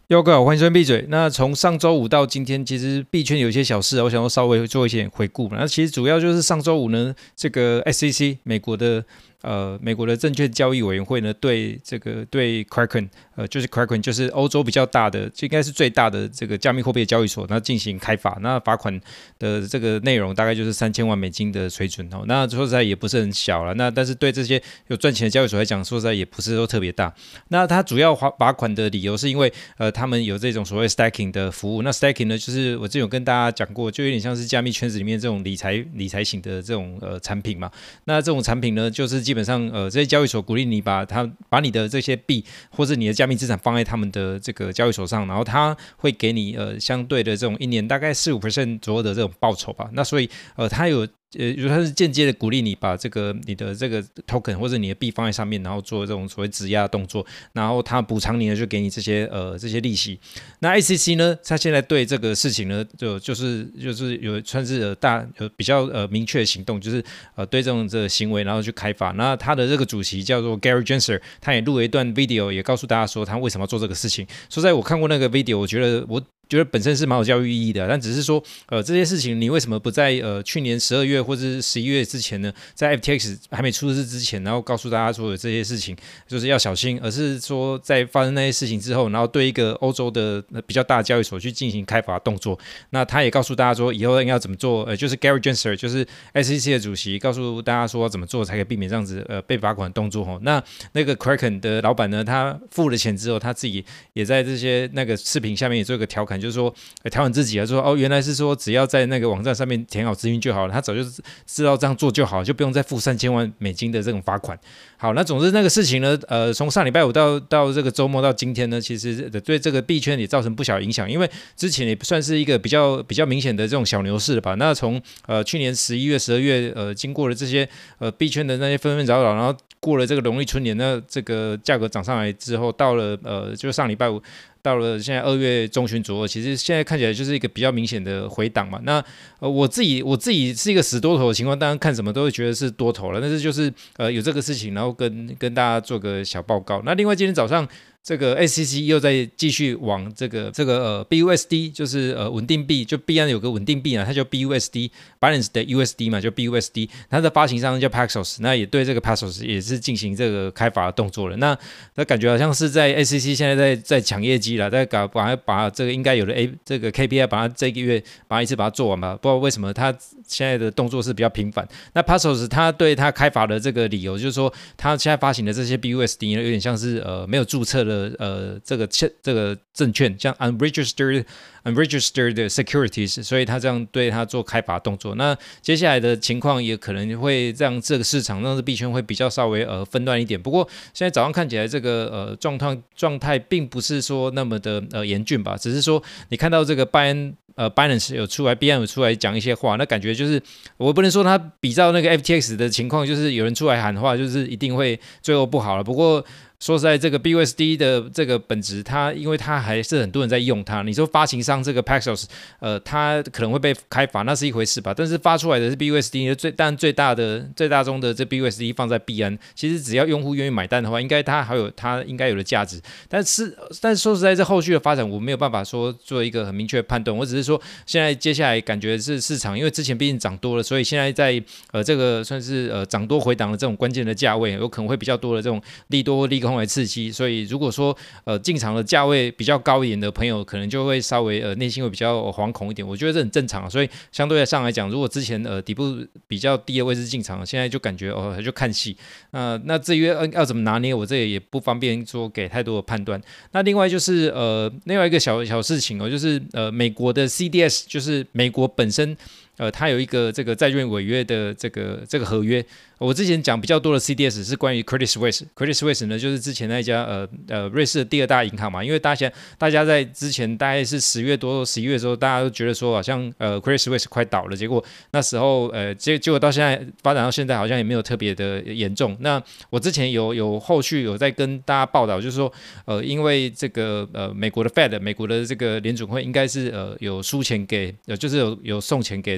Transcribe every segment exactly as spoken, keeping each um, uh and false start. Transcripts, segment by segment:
又哥好，欢迎收听闭嘴。那从上周五到今天，其实币圈有一些小事，我想要稍微做一些回顾。那其实主要就是上周五呢，这个 S E C 美国的呃美国的证券交易委员会呢，对这个对 Kraken 呃就是 Kraken 就是欧洲比较大的，应该是最大的这个加密货币的交易所，那进行开罚。那罚款的这个内容大概就是三千万美金的水准哦。那说实在也不是很小了。那但是对这些有赚钱的交易所来讲，说实在也不是说特别大。那它主要罚款的理由是因为呃。他们有这种所谓 stacking 的服务，那 stacking 呢，就是我之前有跟大家讲过，就有点像是加密圈子里面这种理财理财型的这种呃产品嘛。那这种产品呢，就是基本上呃这些交易所鼓励你把它把你的这些币或者你的加密资产放在他们的这个交易所上，然后它会给你呃相对的这种一年大概四五 percent 左右的这种报酬吧。那所以呃它有。呃，它是间接的鼓励你把这个你的这个 token 或者你的币放在上面，然后做这种所谓质押的动作，然后它补偿你呢，就给你这些呃这些利息。那 S E C 呢，它现在对这个事情呢，就就是就是有算是呃大有比较呃明确的行动，就是呃对这种这个行为，然后去开罚。那他的这个主席叫做 Gary Gensler， 他也录了一段 video， 也告诉大家说他为什么要做这个事情。说实在我看过那个 video， 我觉得我。觉得本身是蛮有教育意义的，但只是说，呃，这些事情你为什么不在呃去年十二月或者是十一月之前呢，在 F T X 还没出事之前，然后告诉大家说有这些事情就是要小心，而是说在发生那些事情之后，然后对一个欧洲的比较大的交易所去进行开罚动作。那他也告诉大家说以后应该要怎么做，呃，就是 Gary Gensler 就是 S E C 的主席，告诉大家说要怎么做才可以避免这样子呃被罚款的动作哦。那那个 Kraken 的老板呢，他付了钱之后，他自己也在这些那个视频下面也做一个调侃。就是说，调侃自己啊，说哦，原来是说只要在那个网站上面填好资讯就好了，他早就知道这样做就好，就不用再付三千万美金的这种罚款。好，那总之那个事情呢，呃，从上礼拜五到到这个周末到今天呢，其实对这个币圈也造成不小影响，因为之前也算是一个比较比较明显的这种小牛市了吧。那从呃去年十一月、十二月，呃，经过了这些呃币圈的那些纷纷扰扰，然后过了这个农历春年，那这个价格涨上来之后，到了呃，就上礼拜五。到了现在二月中旬左右，其实现在看起来就是一个比较明显的回档嘛。那呃我自己我自己是一个死多头的情况，当然看什么都会觉得是多头了。但是就是呃有这个事情，然后跟跟大家做个小报告。那另外今天早上。这个 S E C 又在继续往这个这个呃 B U S D， 就是呃稳定币，就币安有个稳定币啊，它叫 B U S D，Binance 的 U S D 嘛，就 B U S D， 它的发行商叫 Paxos， 那也对这个 Paxos 也是进行这个开发的动作了。那那感觉好像是在 S E C 现在在在抢业绩了，在搞把把这个应该有的 A 这个 K P I 把它这个月把它一次把它做完吧，不知道为什么它现在的动作是比较频繁。那 Paxos 它对它开发的这个理由就是说，它现在发行的这些 B U S D 呢，有点像是呃没有注册的。呃，这个这个证券像 unregistered unregistered securities， 所以他这样对他做开罚动作。那接下来的情况也可能会让这个市场，让这币圈会比较稍微呃分段一点。不过现在早上看起来这个呃状态状态并不是说那么的呃严峻吧，只是说你看到这个拜恩。呃 ，Binance 有出来 ，B M 有出来讲一些话，那感觉就是我不能说他比照那个 F T X 的情况，就是有人出来喊话，就是一定会最后不好了。不过说实在，这个 B U S D 的这个本质，它因为它还是很多人在用它。你说发行商这个 Paxos， 呃，它可能会被开罚，那是一回事吧。但是发出来的是 B U S D， 最但最大的最大宗的这 B U S D 放在币安，其实只要用户愿意买单的话，应该它还有它应该有的价值。但是但是说实在，这后续的发展我没有办法说做一个很明确的判断。我只是说，现在接下来感觉是市场，因为之前毕竟涨多了，所以现在在呃这个算是呃涨多回档的这种关键的价位，有可能会比较多的这种利多利空来刺激。所以如果说呃进场的价位比较高一点的朋友，可能就会稍微呃内心会比较惶恐一点。我觉得这很正常。所以相对上来讲，如果之前呃底部比较低的位置进场，现在就感觉哦就看戏。呃那至于要怎么拿捏，我这也不方便说给太多的判断。那另外就是呃另外一个小小事情哦，就是呃美国的 C D S， 就是美国本身。呃，它有一个这个债券违约的这个这个合约。我之前讲比较多的 C D S 是关于 Credit Suisse，Credit Suisse 呢就是之前那家呃呃瑞士的第二大银行嘛，因为大家大家在之前大概是十月多十一月的时候，大家都觉得说好像呃 Credit Suisse 快倒了，结果那时候呃结结果到现在发展到现在好像也没有特别的严重。那我之前有有后续有在跟大家报道，就是说呃因为这个呃美国的 Fed 美国的这个联准会应该是呃有输钱给呃就是有有送钱给。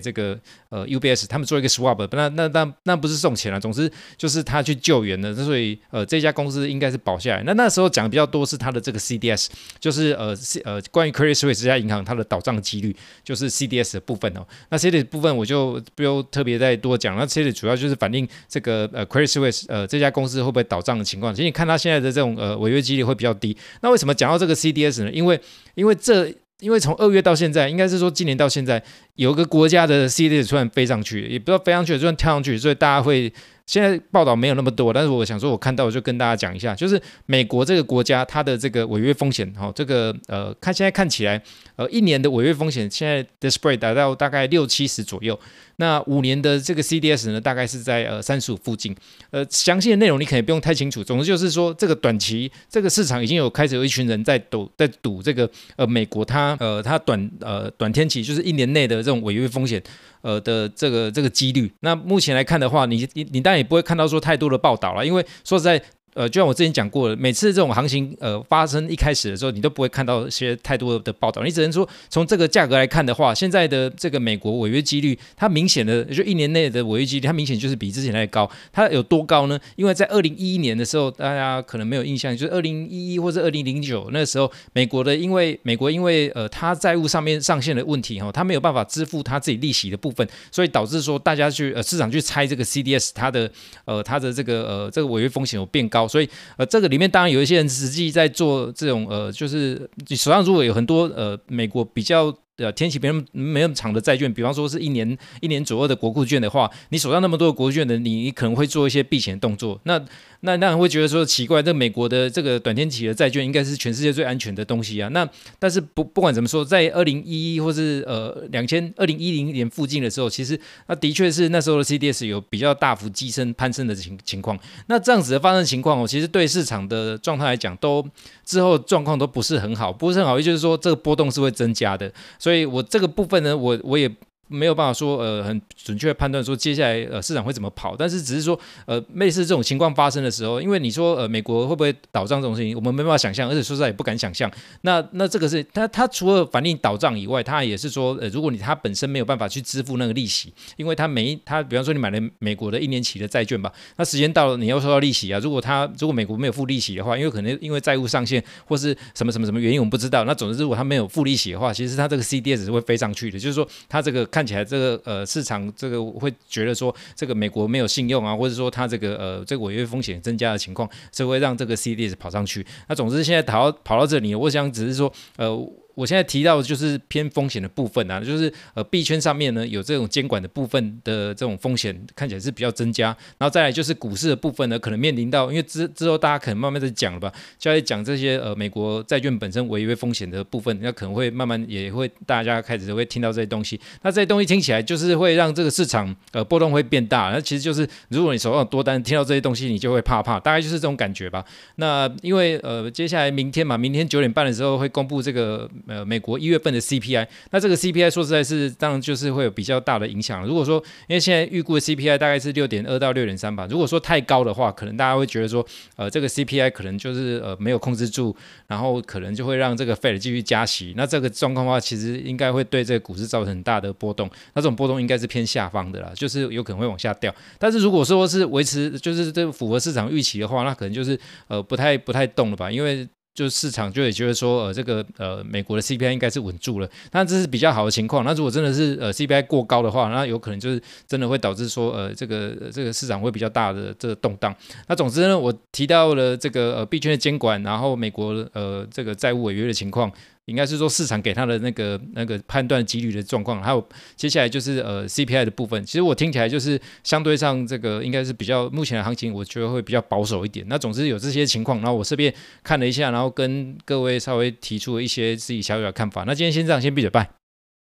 这个呃 U B S 他们做一个 swap， 那那那那不是送钱了，总之就是他去救援了，所以呃这家公司应该是保下来。那那时候讲的比较多是他的这个 C D S， 就是呃呃关于 Credit Suisse 这家银行它的倒账几率，就是 C D S 的部分哦。那 C D S 部分我就不用特别再多讲，那 C D S 主要就是反映这个呃 Credit Suisse 呃这家公司会不会倒账的情况。其实你看它现在的这种呃违约几率会比较低。那为什么讲到这个 C D S 呢？因为因为这因为从二月到现在，应该是说今年到现在，有个国家的 C D S 突然飞上去，也不知道飞上去了，突然跳上去，所以大家会现在报道没有那么多，但是我想说，我看到我就跟大家讲一下，就是美国这个国家它的这个违约风险，哈、哦，这个呃，看现在看起来，呃，一年的违约风险现在的 spread 达到大概六七十左右，那五年的这个 C D S 呢，大概是在呃三十五附近，呃，详细的内容你可能不用太清楚，总之就是说，这个短期这个市场已经有开始有一群人在赌在赌这个呃美国它呃它短呃短天期就是一年内的这种违约风险。呃的这个这个几率，那目前来看的话，你你你当然也不会看到说太多的报道了，因为说实在。呃，就像我之前讲过了，每次这种行情呃发生一开始的时候，你都不会看到一些太多的报道，你只能说从这个价格来看的话，现在的这个美国违约几率，它明显的就一年内的违约几率，它明显就是比之前来高。它有多高呢？因为在二零一一年的时候，大家可能没有印象，就是二零一一或者二零零九那时候，美国的因为美国因为呃它债务上面上限的问题哈，它没有办法支付它自己利息的部分，所以导致说大家去呃市场去猜这个 C D S 它的呃它的这个呃这个违约风险有变高。所以，呃，这个里面当然有一些人实际在做这种，呃，就是你手上如果有很多呃美国比较呃天期没那么没那么长的债券，比方说是一年一年左右的国库券的话，你手上那么多的国库券的，你你可能会做一些避险动作。那那那人会觉得说奇怪，这美国的这个短天期的债券应该是全世界最安全的东西啊。那但是不不管怎么说，在二零一一或是呃两千二零一零年附近的时候，其实那的确是那时候的 C D S 有比较大幅激升攀升的情情况。那这样子的发生情况哦，其实对市场的状态来讲，都之后状况都不是很好，不是很好，也就是说这个波动是会增加的。所以我这个部分呢，我我也。没有办法说呃很准确的判断说接下来呃市场会怎么跑，但是只是说呃类似这种情况发生的时候，因为你说呃美国会不会倒账这种事情，我们没办法想象，而且说实在也不敢想象。那那这个是它它除了反映倒账以外，它也是说呃如果你它本身没有办法去支付那个利息，因为它每它比方说你买了美国的一年期的债券吧，那时间到了你要收到利息啊，如果它如果美国没有付利息的话，因为可能因为债务上限或是什么什么什么原因我们不知道，那总之如果它没有付利息的话，其实它这个 C D S 是会飞上去的，就是说它这个看起来这个呃市场这个会觉得说这个美国没有信用啊，或者说它这个呃这个违约风险增加的情况，这会让这个 C D S 跑上去。那总之现在跑到跑到这里，我想只是说呃。我现在提到的就是偏风险的部分啊，就是呃币圈上面呢有这种监管的部分的这种风险看起来是比较增加，然后再来就是股市的部分呢，可能面临到因为之之后大家可能慢慢在讲了吧，就在讲这些呃美国债券本身违约风险的部分，那可能会慢慢也会大家开始会听到这些东西，那这些东西听起来就是会让这个市场呃波动会变大，那其实就是如果你手上有多单，听到这些东西你就会怕怕，大概就是这种感觉吧。那因为呃接下来明天嘛，明天九点半的时候会公布这个。呃，美国一月份的 C P I， 那这个 C P I 说实在是，当然就是会有比较大的影响。如果说，因为现在预估的 C P I 大概是六点二到六点三吧，如果说太高的话，可能大家会觉得说，呃，这个 C P I 可能就是呃没有控制住，然后可能就会让这个 Fed 继续加息。那这个状况的话，其实应该会对这个股市造成很大的波动。那这种波动应该是偏下方的啦，就是有可能会往下掉。但是如果说是维持，就是这符合市场预期的话，那可能就是呃不太不太动了吧，因为。就市场就也觉得说，呃，这个呃美国的 C P I 应该是稳住了，那这是比较好的情况。那如果真的是呃 C P I 过高的话，那有可能就是真的会导致说，呃，这个、呃、这个市场会比较大的这个动荡。那总之呢，我提到了这个呃币圈的监管，然后美国呃这个债务违约的情况。应该是说市场给他的那个那个判断几率的状况，还有接下来就是呃 C P I 的部分。其实我听起来就是相对上这个应该是比较目前的行情，我觉得会比较保守一点。那总之有这些情况，然后我这边看了一下，然后跟各位稍微提出了一些自己小小的看法。那今天先这样，先闭嘴拜。